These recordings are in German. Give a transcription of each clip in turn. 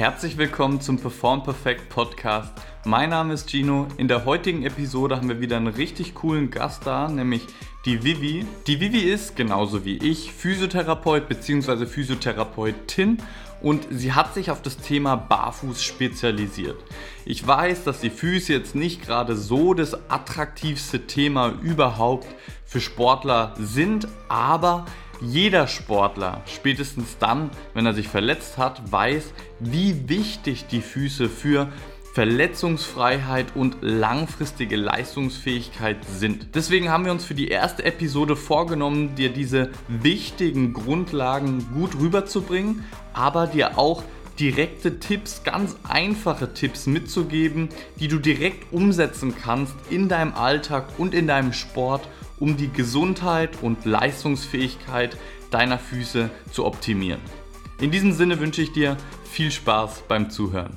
Herzlich willkommen zum Perform Perfect Podcast. Mein Name ist Gino. In der heutigen Episode haben wir wieder einen richtig coolen Gast da, nämlich die Vivi. Die Vivi ist, genauso wie ich, Physiotherapeut bzw. Physiotherapeutin und sie hat sich auf das Thema Barfuß spezialisiert. Ich weiß, dass die Füße jetzt nicht gerade so das attraktivste Thema überhaupt für Sportler sind, aber jeder Sportler, spätestens dann, wenn er sich verletzt hat, weiß, wie wichtig die Füße für Verletzungsfreiheit und langfristige Leistungsfähigkeit sind. Deswegen haben wir uns für die erste Episode vorgenommen, dir diese wichtigen Grundlagen gut rüberzubringen, aber dir auch direkte Tipps, ganz einfache Tipps mitzugeben, die du direkt umsetzen kannst in deinem Alltag und in deinem Sport, um die Gesundheit und Leistungsfähigkeit deiner Füße zu optimieren. In diesem Sinne wünsche ich dir viel Spaß beim Zuhören.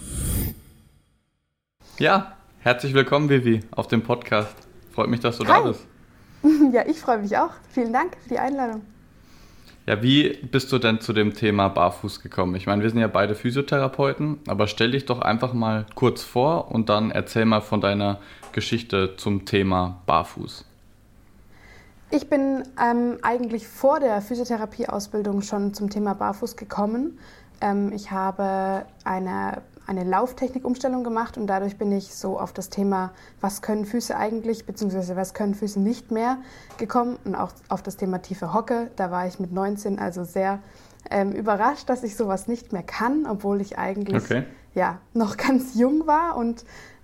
Ja, herzlich willkommen, Vivi, auf dem Podcast. Freut mich, dass du da bist. Ja, ich freue mich auch. Vielen Dank für die Einladung. Ja, wie bist du denn zu dem Thema Barfuß gekommen? Ich meine, wir sind ja beide Physiotherapeuten, aber stell dich doch einfach mal kurz vor und dann erzähl mal von deiner Geschichte zum Thema Barfuß. Ich bin eigentlich vor der Physiotherapieausbildung schon zum Thema Barfuß gekommen. Ich habe eine Lauftechnikumstellung gemacht und dadurch bin ich so auf das Thema, was können Füße eigentlich, beziehungsweise was können Füße nicht mehr, gekommen und auch auf das Thema tiefe Hocke. Da war ich mit 19 also sehr überrascht, dass ich sowas nicht mehr kann, obwohl ich eigentlich noch ganz jung war und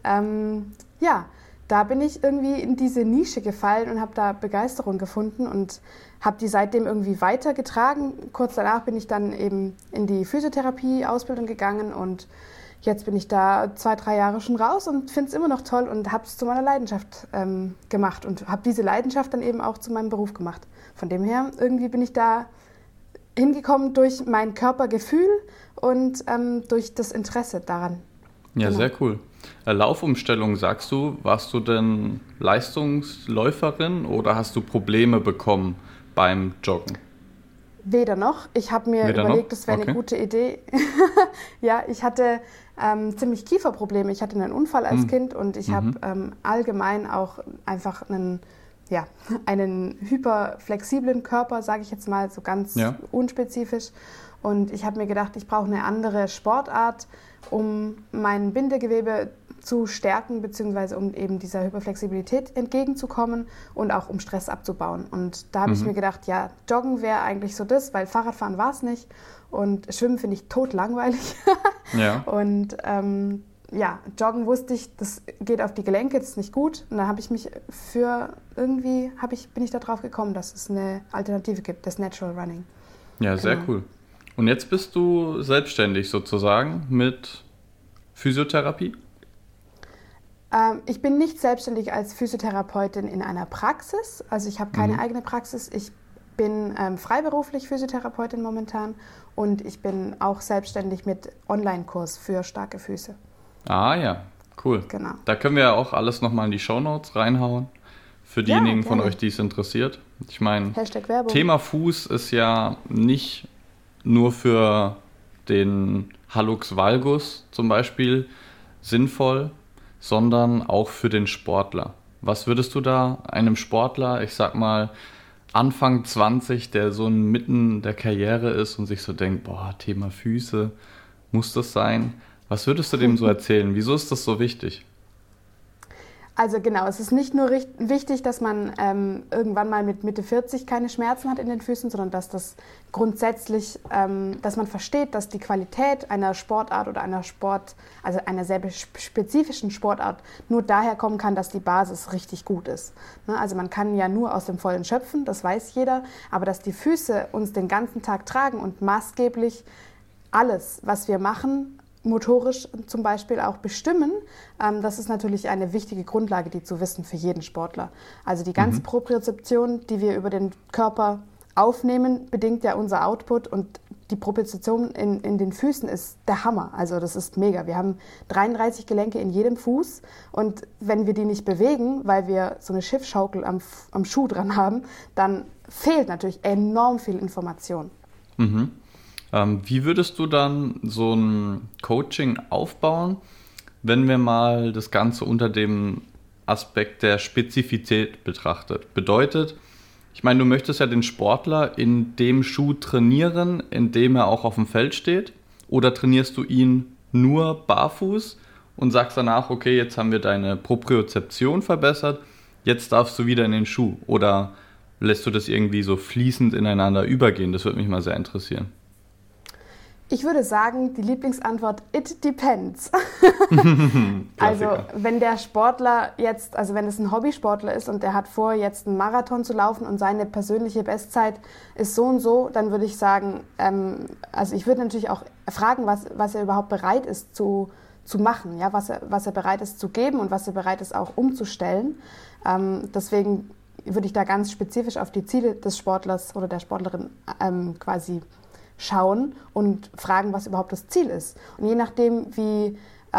da bin ich irgendwie in diese Nische gefallen und habe da Begeisterung gefunden und habe die seitdem irgendwie weitergetragen. Kurz danach bin ich dann eben in die Physiotherapie-Ausbildung gegangen und jetzt bin ich da 2-3 Jahre schon raus und finde es immer noch toll und habe es zu meiner Leidenschaft gemacht und habe diese Leidenschaft dann eben auch zu meinem Beruf gemacht. Von dem her, irgendwie bin ich da hingekommen durch mein Körpergefühl und durch das Interesse daran. Ja, genau. Sehr cool. Laufumstellung, sagst du, warst du denn Leistungsläuferin oder hast du Probleme bekommen beim Joggen? Weder noch. Ich habe mir überlegt, das wäre eine gute Idee. Ja, ich hatte ziemlich Kieferprobleme. Ich hatte einen Unfall als Kind und ich habe allgemein auch einfach einen hyperflexiblen Körper, sage ich jetzt mal, so ganz unspezifisch. Und ich habe mir gedacht, ich brauche eine andere Sportart, um mein Bindegewebe zu stärken, beziehungsweise um eben dieser Hyperflexibilität entgegenzukommen und auch um Stress abzubauen. Und da habe ich mir gedacht, ja, Joggen wäre eigentlich so das, weil Fahrradfahren war es nicht und Schwimmen finde ich totlangweilig. Ja. Und Joggen wusste ich, das geht auf die Gelenke, das ist nicht gut. Und dann habe ich mich bin ich da drauf gekommen, dass es eine Alternative gibt, das Natural Running. Ja, sehr cool. Und jetzt bist du selbstständig sozusagen mit Physiotherapie? Ich bin nicht selbstständig als Physiotherapeutin in einer Praxis. Also ich habe keine eigene Praxis. Ich bin freiberuflich Physiotherapeutin momentan und ich bin auch selbstständig mit Online-Kurs für starke Füße. Ah ja, cool. Genau. Da können wir ja auch alles nochmal in die Shownotes reinhauen. Für diejenigen von euch, die es interessiert. Ich meine, Thema Fuß ist ja nicht nur für den Hallux valgus zum Beispiel sinnvoll, sondern auch für den Sportler. Was würdest du da einem Sportler, ich sag mal Anfang 20, der so mitten der Karriere ist und sich so denkt, Thema Füße, muss das sein? Was würdest du dem so erzählen? Wieso ist das so wichtig? Also genau, es ist nicht nur wichtig, dass man irgendwann mal mit Mitte 40 keine Schmerzen hat in den Füßen, sondern dass das grundsätzlich, dass man versteht, dass die Qualität einer Sportart oder einer sehr spezifischen Sportart nur daher kommen kann, dass die Basis richtig gut ist. Also man kann ja nur aus dem Vollen schöpfen, das weiß jeder, aber dass die Füße uns den ganzen Tag tragen und maßgeblich alles, was wir machen, motorisch zum Beispiel auch bestimmen, das ist natürlich eine wichtige Grundlage, die zu wissen für jeden Sportler. Also die ganze Propriozeption, die wir über den Körper aufnehmen, bedingt ja unser Output und die Propriozeption in den Füßen ist der Hammer. Also das ist mega. Wir haben 33 Gelenke in jedem Fuß und wenn wir die nicht bewegen, weil wir so eine Schiffschaukel am Schuh dran haben, dann fehlt natürlich enorm viel Information. Wie würdest du dann so ein Coaching aufbauen, wenn wir mal das Ganze unter dem Aspekt der Spezifität betrachtet? Bedeutet, ich meine, du möchtest ja den Sportler in dem Schuh trainieren, in dem er auch auf dem Feld steht, oder trainierst du ihn nur barfuß und sagst danach, okay, jetzt haben wir deine Propriozeption verbessert, jetzt darfst du wieder in den Schuh, oder lässt du das irgendwie so fließend ineinander übergehen? Das würde mich mal sehr interessieren. Ich würde sagen, die Lieblingsantwort, it depends. Also wenn der Sportler jetzt, also wenn es ein Hobbysportler ist und der hat vor, jetzt einen Marathon zu laufen und seine persönliche Bestzeit ist so und so, dann würde ich sagen, also ich würde natürlich auch fragen, was er überhaupt bereit ist zu machen, ja, was er bereit ist zu geben und was er bereit ist auch umzustellen. Deswegen würde ich da ganz spezifisch auf die Ziele des Sportlers oder der Sportlerin quasi schauen und fragen, was überhaupt das Ziel ist. Und je nachdem, wie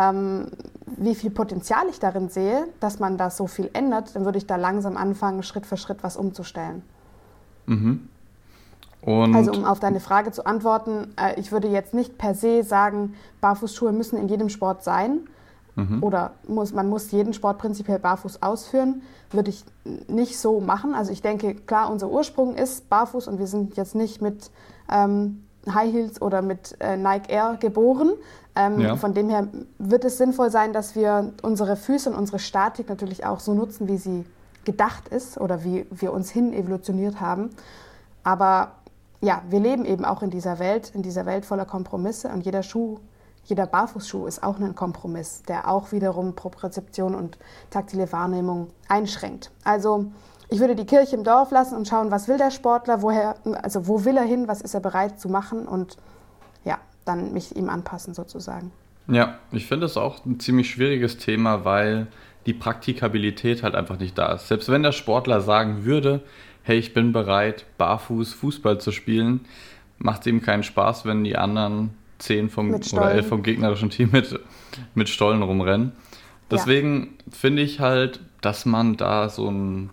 viel Potenzial ich darin sehe, dass man da so viel ändert, dann würde ich da langsam anfangen, Schritt für Schritt was umzustellen. Mhm. Und also um auf deine Frage zu antworten, ich würde jetzt nicht per se sagen, Barfußschuhe müssen in jedem Sport sein oder man muss jeden Sport prinzipiell barfuß ausführen, würde ich nicht so machen. Also ich denke, klar, unser Ursprung ist barfuß und wir sind jetzt nicht mit High Heels oder mit Nike Air geboren. Von dem her wird es sinnvoll sein, dass wir unsere Füße und unsere Statik natürlich auch so nutzen, wie sie gedacht ist oder wie wir uns hin evolutioniert haben. Aber ja, wir leben eben auch in dieser Welt voller Kompromisse und jeder Barfußschuh ist auch ein Kompromiss, der auch wiederum Propriozeption und taktile Wahrnehmung einschränkt. Also ich würde die Kirche im Dorf lassen und schauen, was will der Sportler, wo will er hin, was ist er bereit zu machen und ja, dann mich ihm anpassen sozusagen. Ja, ich finde das auch ein ziemlich schwieriges Thema, weil die Praktikabilität halt einfach nicht da ist. Selbst wenn der Sportler sagen würde, hey, ich bin bereit, barfuß Fußball zu spielen, macht es ihm keinen Spaß, wenn die anderen 10 oder 11 vom gegnerischen Team mit Stollen rumrennen. Deswegen finde ich halt, dass man da so eine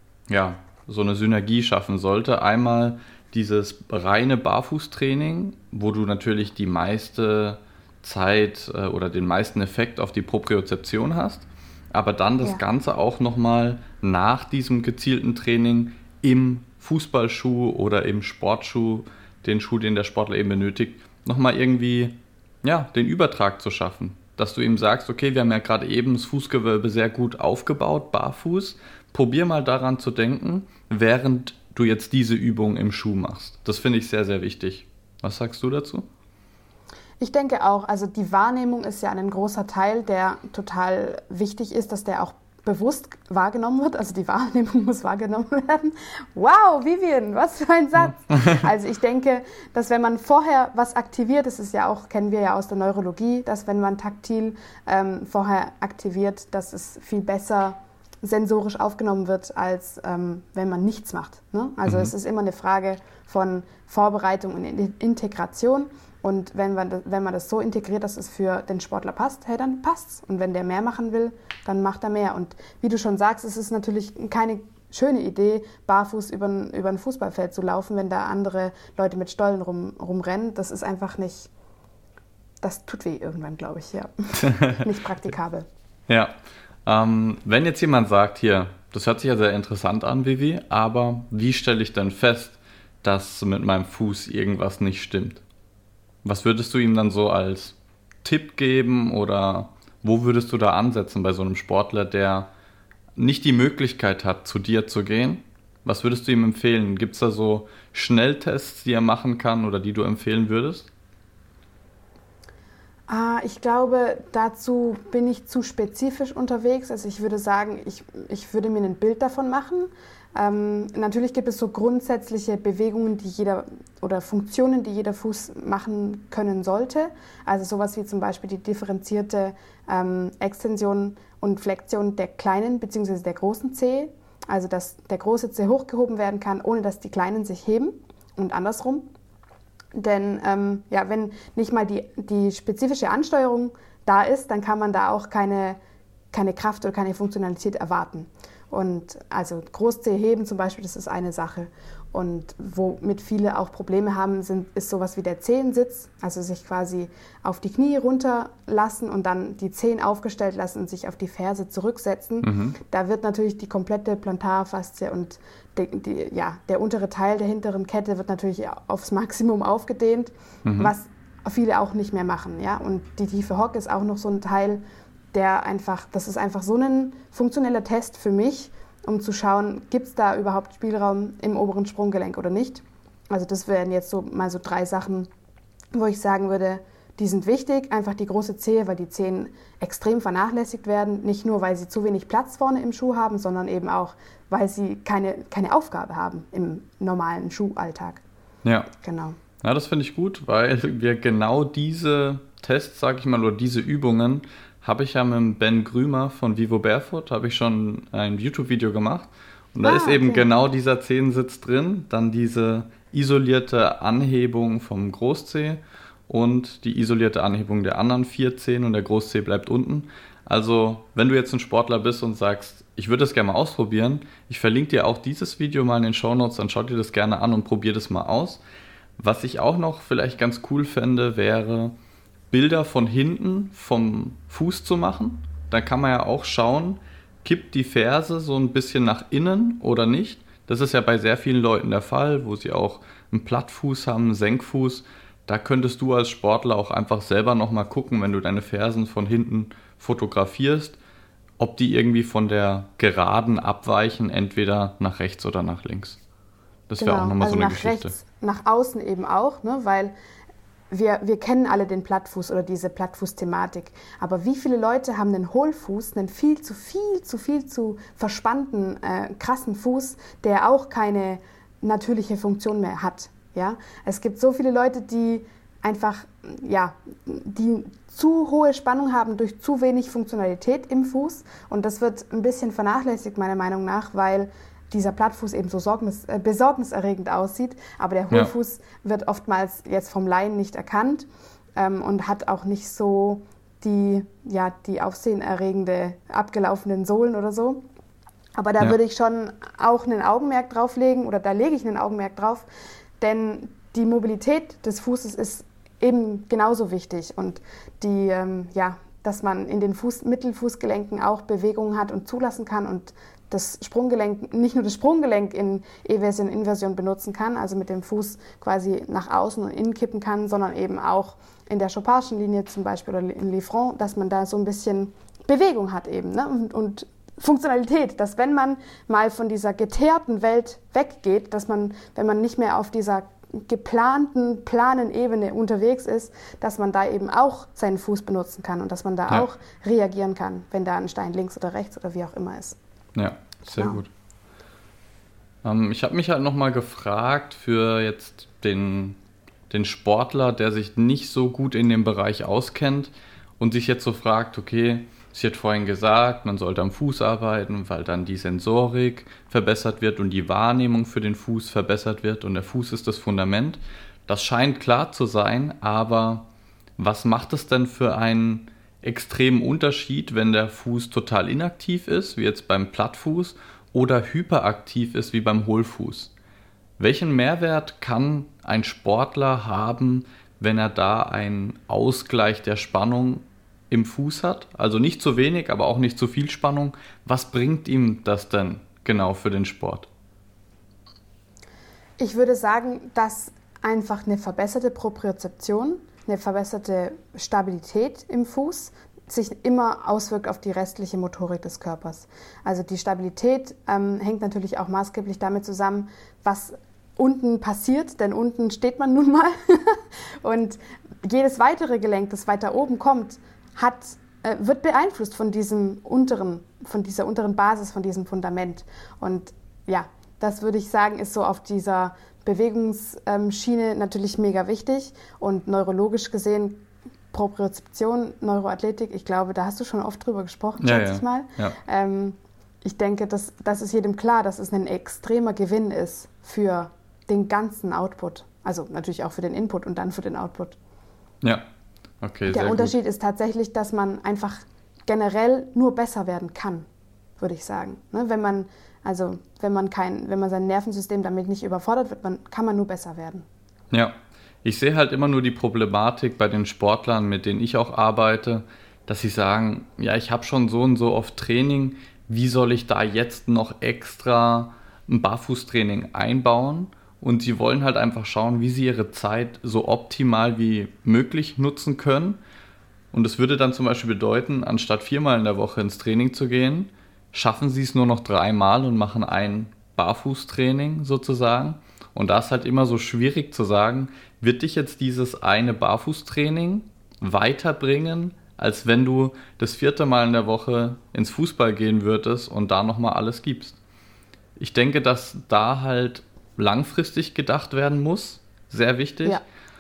Synergie schaffen sollte. Einmal dieses reine Barfußtraining, wo du natürlich die meiste Zeit oder den meisten Effekt auf die Propriozeption hast, aber dann das Ganze auch nochmal nach diesem gezielten Training im Fußballschuh oder im Sportschuh, den Schuh, den der Sportler eben benötigt, nochmal irgendwie den Übertrag zu schaffen. Dass du ihm sagst, okay, wir haben ja gerade eben das Fußgewölbe sehr gut aufgebaut, barfuß, probier mal daran zu denken, während du jetzt diese Übung im Schuh machst. Das finde ich sehr, sehr wichtig. Was sagst du dazu? Ich denke auch, also die Wahrnehmung ist ja ein großer Teil, der total wichtig ist, dass der auch bewusst wahrgenommen wird. Also die Wahrnehmung muss wahrgenommen werden. Wow, Vivian, was für ein Satz. Also ich denke, dass wenn man vorher was aktiviert, das ist ja auch, kennen wir ja aus der Neurologie, dass wenn man taktil vorher aktiviert, dass es viel besser sensorisch aufgenommen wird, als wenn man nichts macht. Ne? Also es ist immer eine Frage von Vorbereitung und Integration. Und wenn man das so integriert, dass es für den Sportler passt, hey, dann passt's. Und wenn der mehr machen will, dann macht er mehr. Und wie du schon sagst, es ist natürlich keine schöne Idee, barfuß über ein Fußballfeld zu laufen, wenn da andere Leute mit Stollen rumrennen. Das ist einfach nicht, das tut weh irgendwann, glaube ich, ja. Nicht praktikabel. Ja, wenn jetzt jemand sagt, hier, das hört sich ja sehr interessant an, Vivi, aber wie stelle ich denn fest, dass mit meinem Fuß irgendwas nicht stimmt? Was würdest du ihm dann so als Tipp geben oder wo würdest du da ansetzen bei so einem Sportler, der nicht die Möglichkeit hat, zu dir zu gehen? Was würdest du ihm empfehlen? Gibt es da so Schnelltests, die er machen kann oder die du empfehlen würdest? Ich glaube, dazu bin ich zu spezifisch unterwegs. Also ich würde sagen, ich würde mir ein Bild davon machen. Natürlich gibt es so grundsätzliche Bewegungen, oder Funktionen, die jeder Fuß machen können sollte. Also sowas wie zum Beispiel die differenzierte Extension und Flexion der kleinen bzw. der großen Zehe. Also dass der große Zeh hochgehoben werden kann, ohne dass die kleinen sich heben und andersrum. Denn wenn nicht mal die spezifische Ansteuerung da ist, dann kann man da auch keine Kraft oder keine Funktionalität erwarten. Und also Großzeh heben zum Beispiel, das ist eine Sache. Und womit viele auch Probleme haben, ist sowas wie der Zehensitz, also sich quasi auf die Knie runterlassen und dann die Zehen aufgestellt lassen und sich auf die Ferse zurücksetzen. Da wird natürlich die komplette Plantarfaszie und der untere Teil der hinteren Kette wird natürlich aufs Maximum aufgedehnt, was viele auch nicht mehr machen. Ja? Und die tiefe Hocke ist auch noch so ein Teil, das ist einfach so ein funktioneller Test für mich, um zu schauen, gibt es da überhaupt Spielraum im oberen Sprunggelenk oder nicht. Also das wären jetzt mal so 3 Sachen, wo ich sagen würde, die sind wichtig. Einfach die große Zehe, weil die Zehen extrem vernachlässigt werden. Nicht nur, weil sie zu wenig Platz vorne im Schuh haben, sondern eben auch, weil sie keine Aufgabe haben im normalen Schuhalltag. Ja. Genau. Ja, das finde ich gut, weil wir genau diese Tests, sage ich mal, oder diese Übungen habe ich ja mit Ben Grümer von Vivo Barefoot, habe ich schon ein YouTube-Video gemacht. Und da ist eben genau dieser Zehensitz drin, dann diese isolierte Anhebung vom Großzeh und die isolierte Anhebung der anderen 4 Zehen und der Großzeh bleibt unten. Also, wenn du jetzt ein Sportler bist und sagst, ich würde das gerne mal ausprobieren, ich verlinke dir auch dieses Video mal in den Shownotes, dann schau dir das gerne an und probier das mal aus. Was ich auch noch vielleicht ganz cool fände, wäre Bilder von hinten vom Fuß zu machen. Da kann man ja auch schauen, kippt die Ferse so ein bisschen nach innen oder nicht. Das ist ja bei sehr vielen Leuten der Fall, wo sie auch einen Plattfuß haben, einen Senkfuß. Da könntest du als Sportler auch einfach selber nochmal gucken, wenn du deine Fersen von hinten fotografierst, ob die irgendwie von der Geraden abweichen, entweder nach rechts oder nach links. Das wäre auch nochmal so eine Geschichte. Rechts, nach außen eben auch, ne? Weil wir kennen alle den Plattfuß oder diese Plattfuß-Thematik. Aber wie viele Leute haben einen Hohlfuß, einen viel zu verspannten, krassen Fuß, der auch keine natürliche Funktion mehr hat? Ja? Es gibt so viele Leute, die einfach die zu hohe Spannung haben durch zu wenig Funktionalität im Fuß. Und das wird ein bisschen vernachlässigt, meiner Meinung nach, weil dieser Plattfuß eben so besorgniserregend aussieht, aber der Hohlfuß wird oftmals jetzt vom Laien nicht erkannt und hat auch nicht so die aufsehenerregende abgelaufenen Sohlen oder so. Aber da würde ich schon auch einen Augenmerk drauf legen, oder da lege ich einen Augenmerk drauf, denn die Mobilität des Fußes ist eben genauso wichtig und dass man in den Mittelfußgelenken auch Bewegungen hat und zulassen kann und das Sprunggelenk, nicht nur das Sprunggelenk in Eversion, Inversion benutzen kann, also mit dem Fuß quasi nach außen und innen kippen kann, sondern eben auch in der Chopardschen Linie zum Beispiel oder in Liffrand, dass man da so ein bisschen Bewegung hat eben, ne? Und Funktionalität, dass wenn man mal von dieser geteerten Welt weggeht, dass man, wenn man nicht mehr auf dieser planen Ebene unterwegs ist, dass man da eben auch seinen Fuß benutzen kann und dass man da auch reagieren kann, wenn da ein Stein links oder rechts oder wie auch immer ist. Ja, sehr gut. Ich habe mich halt nochmal gefragt für jetzt den Sportler, der sich nicht so gut in dem Bereich auskennt und sich jetzt so fragt, okay, sie hat vorhin gesagt, man sollte am Fuß arbeiten, weil dann die Sensorik verbessert wird und die Wahrnehmung für den Fuß verbessert wird und der Fuß ist das Fundament. Das scheint klar zu sein, aber was macht es denn für einen extremen Unterschied, wenn der Fuß total inaktiv ist, wie jetzt beim Plattfuß, oder hyperaktiv ist, wie beim Hohlfuß? Welchen Mehrwert kann ein Sportler haben, wenn er da einen Ausgleich der Spannung im Fuß hat? Also nicht zu wenig, aber auch nicht zu viel Spannung. Was bringt ihm das denn genau für den Sport? Ich würde sagen, dass einfach eine verbesserte Propriozeption, eine verbesserte Stabilität im Fuß sich immer auswirkt auf die restliche Motorik des Körpers. Also die Stabilität hängt natürlich auch maßgeblich damit zusammen, was unten passiert, denn unten steht man nun mal. Und jedes weitere Gelenk, das weiter oben kommt, wird beeinflusst von dieser unteren Basis, von diesem Fundament. Und ja, das würde ich sagen, ist so auf dieser Bewegungsschiene natürlich mega wichtig. Und neurologisch gesehen, Propriozeption, Neuroathletik, ich glaube, da hast du schon oft drüber gesprochen, schätze ich mal. Ja. Ich denke, das ist jedem klar, dass es ein extremer Gewinn ist für den ganzen Output. Also natürlich auch für den Input und dann für den Output. Ja. Okay, der Unterschied ist tatsächlich, dass man einfach generell nur besser werden kann. würde ich sagen. Ne? Wenn man sein Nervensystem damit nicht überfordert wird, kann man nur besser werden. Ja, ich sehe halt immer nur die Problematik bei den Sportlern, mit denen ich auch arbeite, dass sie sagen, ja, ich habe schon so und so oft Training, wie soll ich da jetzt noch extra ein Barfußtraining einbauen? Und sie wollen halt einfach schauen, wie sie ihre Zeit so optimal wie möglich nutzen können. Und es würde dann zum Beispiel bedeuten, anstatt 4-mal in der Woche ins Training zu gehen, schaffen sie es nur noch 3-mal und machen ein Barfußtraining sozusagen. Und da ist halt immer so schwierig zu sagen, wird dich jetzt dieses eine Barfußtraining weiterbringen, als wenn du das 4. Mal in der Woche ins Fußball gehen würdest und da nochmal alles gibst. Ich denke, dass da halt langfristig gedacht werden muss, sehr wichtig,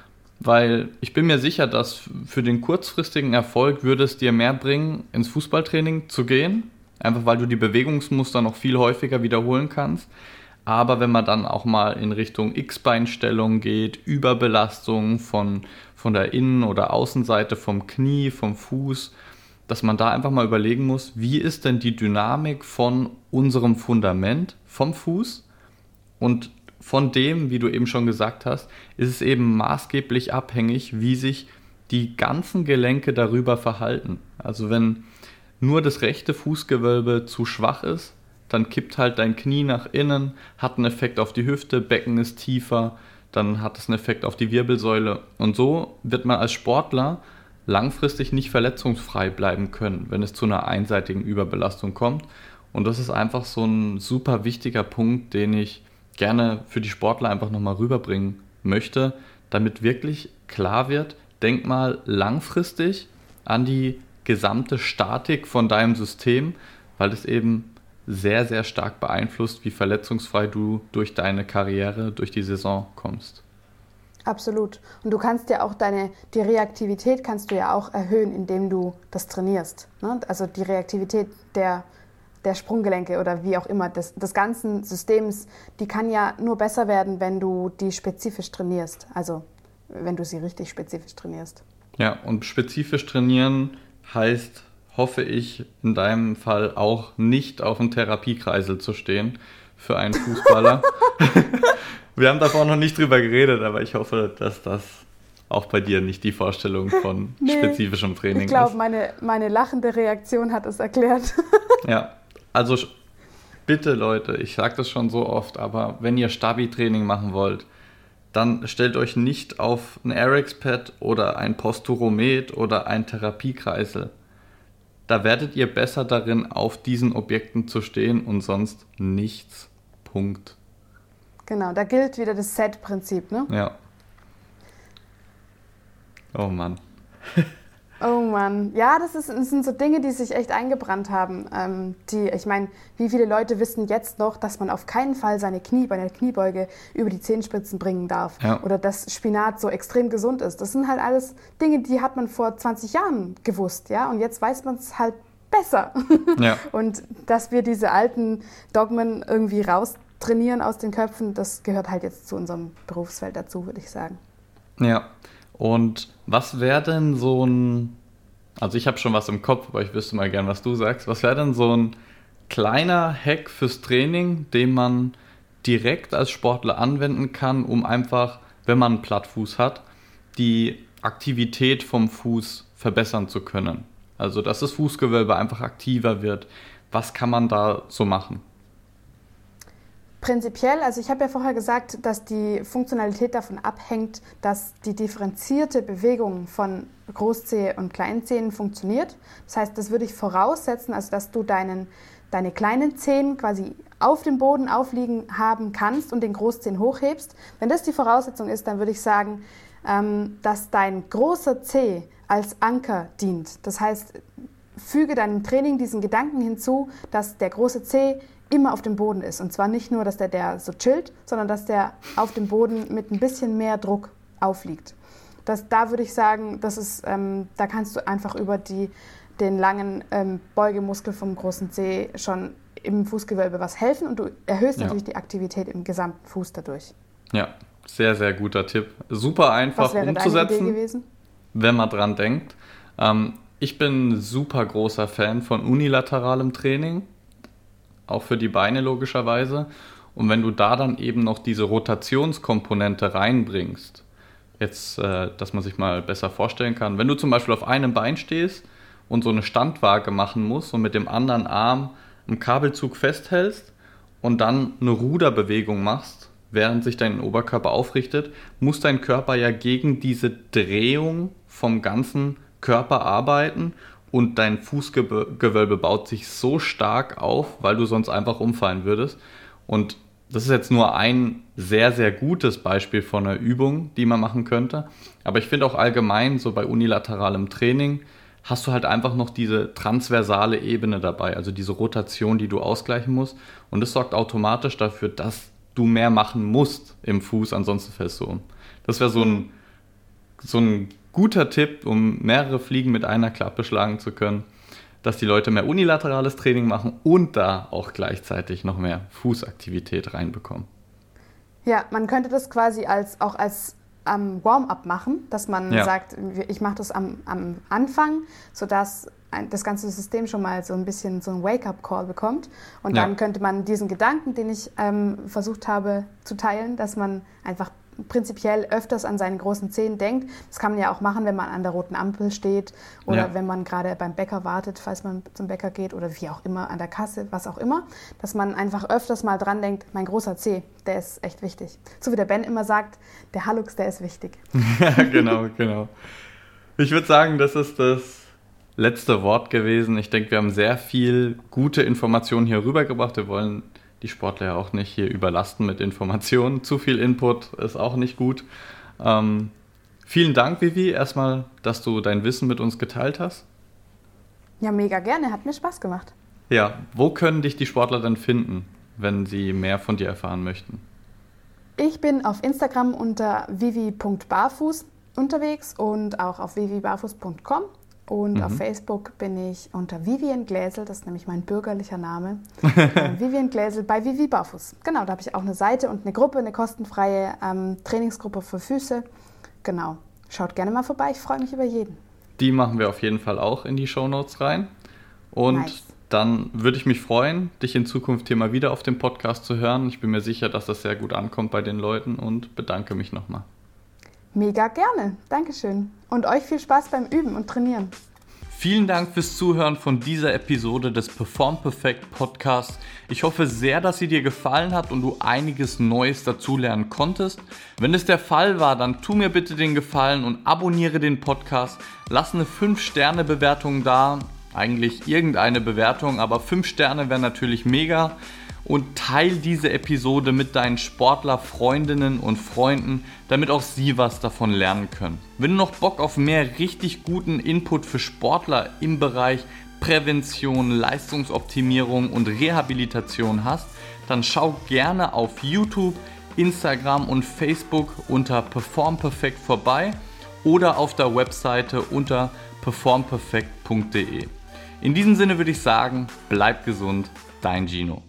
weil ich bin mir sicher, dass für den kurzfristigen Erfolg würde es dir mehr bringen, ins Fußballtraining zu gehen, einfach weil du die Bewegungsmuster noch viel häufiger wiederholen kannst. Aber wenn man dann auch mal in Richtung X-Beinstellung geht, Überbelastung von der Innen- oder Außenseite vom Knie, vom Fuß, dass man da einfach mal überlegen muss, wie ist denn die Dynamik von unserem Fundament, vom Fuß, und von dem, wie du eben schon gesagt hast, ist es eben maßgeblich abhängig, wie sich die ganzen Gelenke darüber verhalten. Also wenn nur das rechte Fußgewölbe zu schwach ist, dann kippt halt dein Knie nach innen, hat einen Effekt auf die Hüfte, Becken ist tiefer, dann hat es einen Effekt auf die Wirbelsäule. Und so wird man als Sportler langfristig nicht verletzungsfrei bleiben können, wenn es zu einer einseitigen Überbelastung kommt. Und das ist einfach so ein super wichtiger Punkt, den ich gerne für die Sportler einfach nochmal rüberbringen möchte, damit wirklich klar wird, denk mal langfristig an die gesamte Statik von deinem System, weil das eben sehr, sehr stark beeinflusst, wie verletzungsfrei du durch deine Karriere, durch die Saison kommst. Absolut. Und du kannst ja auch die Reaktivität kannst du ja auch erhöhen, indem du das trainierst. Ne? Also die Reaktivität der Sprunggelenke oder wie auch immer, des ganzen Systems, die kann ja nur besser werden, wenn du die spezifisch trainierst. Also wenn du sie richtig spezifisch trainierst. Ja, und spezifisch trainieren heißt, hoffe ich, in deinem Fall auch nicht auf dem Therapiekreisel zu stehen für einen Fußballer. Wir haben davor noch nicht drüber geredet, aber ich hoffe, dass das auch bei dir nicht die Vorstellung von spezifischem Training ist. Ich glaube, meine lachende Reaktion hat es erklärt. Ja, also bitte Leute, ich sage das schon so oft, aber wenn ihr Stabi-Training machen wollt, dann stellt euch nicht auf ein RX-Pad oder ein Posturomet oder ein Therapiekreisel. Da werdet ihr besser darin, auf diesen Objekten zu stehen und sonst nichts. Punkt. Genau, da gilt wieder das Set-Prinzip, ne? Ja. Oh Mann. Oh Mann. Ja, das sind so Dinge, die sich echt eingebrannt haben. Ich meine, wie viele Leute wissen jetzt noch, dass man auf keinen Fall seine Knie bei der Kniebeuge über die Zehenspitzen bringen darf. Ja. Oder dass Spinat so extrem gesund ist. Das sind halt alles Dinge, die hat man vor 20 Jahren gewusst, ja. Und jetzt weiß man es halt besser. Ja. Und dass wir diese alten Dogmen irgendwie raustrainieren aus den Köpfen, das gehört halt jetzt zu unserem Berufsfeld dazu, würde ich sagen. Ja. Und was wäre denn so ein, also ich habe schon was im Kopf, aber ich wüsste mal gern, was du sagst. Was wäre denn so ein kleiner Hack fürs Training, den man direkt als Sportler anwenden kann, um einfach, wenn man einen Plattfuß hat, die Aktivität vom Fuß verbessern zu können? Also, dass das Fußgewölbe einfach aktiver wird. Was kann man da so machen? Prinzipiell, also ich habe ja vorher gesagt, dass die Funktionalität davon abhängt, dass die differenzierte Bewegung von Großzehe und Kleinzehen funktioniert. Das heißt, das würde ich voraussetzen, also dass du deine kleinen Zehen quasi auf dem Boden aufliegen haben kannst und den Großzehen hochhebst. Wenn das die Voraussetzung ist, dann würde ich sagen, dass dein großer Zeh als Anker dient. Das heißt, füge deinem Training diesen Gedanken hinzu, dass der große Zeh immer auf dem Boden ist. Und zwar nicht nur, dass der so chillt, sondern dass der auf dem Boden mit ein bisschen mehr Druck aufliegt. Da würde ich sagen, das ist, da kannst du einfach über den langen Beugemuskel vom großen Zeh schon im Fußgewölbe was helfen und du erhöhst natürlich die Aktivität im gesamten Fuß dadurch. Ja, sehr, sehr guter Tipp. Super einfach umzusetzen, deine Idee gewesen? Wenn man dran denkt. Ich bin ein super großer Fan von unilateralem Training. auch für die Beine logischerweise. Und wenn du da dann eben noch diese Rotationskomponente reinbringst, jetzt, dass man sich mal besser vorstellen kann, wenn du zum Beispiel auf einem Bein stehst und so eine Standwaage machen musst und mit dem anderen Arm einen Kabelzug festhältst und dann eine Ruderbewegung machst, während sich dein Oberkörper aufrichtet, muss dein Körper ja gegen diese Drehung vom ganzen Körper arbeiten und dein Fußgewölbe baut sich so stark auf, weil du sonst einfach umfallen würdest. Und das ist jetzt nur ein sehr, sehr gutes Beispiel von einer Übung, die man machen könnte. Aber ich finde auch allgemein, so bei unilateralem Training, hast du halt einfach noch diese transversale Ebene dabei, also diese Rotation, die du ausgleichen musst. Und das sorgt automatisch dafür, dass du mehr machen musst im Fuß, ansonsten fällst du um. Das wäre so ein guter Tipp, um mehrere Fliegen mit einer Klappe schlagen zu können, dass die Leute mehr unilaterales Training machen und da auch gleichzeitig noch mehr Fußaktivität reinbekommen. Ja, man könnte das quasi auch als Warm-up machen, dass man sagt, ich mache das am Anfang, sodass das ganze System schon mal so ein bisschen so einen Wake-up-Call bekommt. Und dann könnte man diesen Gedanken, den ich versucht habe zu teilen, dass man einfach prinzipiell öfters an seinen großen Zehen denkt. Das kann man ja auch machen, wenn man an der roten Ampel steht oder wenn man gerade beim Bäcker wartet, falls man zum Bäcker geht oder wie auch immer, an der Kasse, was auch immer, dass man einfach öfters mal dran denkt, mein großer Zeh, der ist echt wichtig. So wie der Ben immer sagt, der Hallux, der ist wichtig. Ja, genau. Ich würde sagen, das ist das letzte Wort gewesen. Ich denke, wir haben sehr viel gute Informationen hier rübergebracht. Wir wollen die Sportler ja auch nicht hier überlasten mit Informationen. Zu viel Input ist auch nicht gut. Vielen Dank, Vivi, erstmal, dass du dein Wissen mit uns geteilt hast. Ja, mega gerne. Hat mir Spaß gemacht. Ja, wo können dich die Sportler denn finden, wenn sie mehr von dir erfahren möchten? Ich bin auf Instagram unter vivi.barfuß unterwegs und auch auf vivibarfuß.com. Und auf Facebook bin ich unter Vivian Gläsel, das ist nämlich mein bürgerlicher Name. Vivian Gläsel bei Vivi Barfuß. Genau, da habe ich auch eine Seite und eine Gruppe, eine kostenfreie Trainingsgruppe für Füße. Genau, schaut gerne mal vorbei, ich freue mich über jeden. Die machen wir auf jeden Fall auch in die Shownotes rein. Und dann würde ich mich freuen, dich in Zukunft hier mal wieder auf dem Podcast zu hören. Ich bin mir sicher, dass das sehr gut ankommt bei den Leuten und bedanke mich nochmal. Mega gerne, Dankeschön. Und euch viel Spaß beim Üben und Trainieren. Vielen Dank fürs Zuhören von dieser Episode des Perform Perfect Podcasts. Ich hoffe sehr, dass sie dir gefallen hat und du einiges Neues dazulernen konntest. Wenn es der Fall war, dann tu mir bitte den Gefallen und abonniere den Podcast. Lass eine 5-Sterne-Bewertung da. Eigentlich irgendeine Bewertung, aber 5 Sterne wären natürlich mega. Und teile diese Episode mit deinen Sportler-Freundinnen und Freunden, damit auch sie was davon lernen können. Wenn du noch Bock auf mehr richtig guten Input für Sportler im Bereich Prävention, Leistungsoptimierung und Rehabilitation hast, dann schau gerne auf YouTube, Instagram und Facebook unter Perform Perfect vorbei oder auf der Webseite unter performperfect.de. In diesem Sinne würde ich sagen, bleib gesund, dein Gino.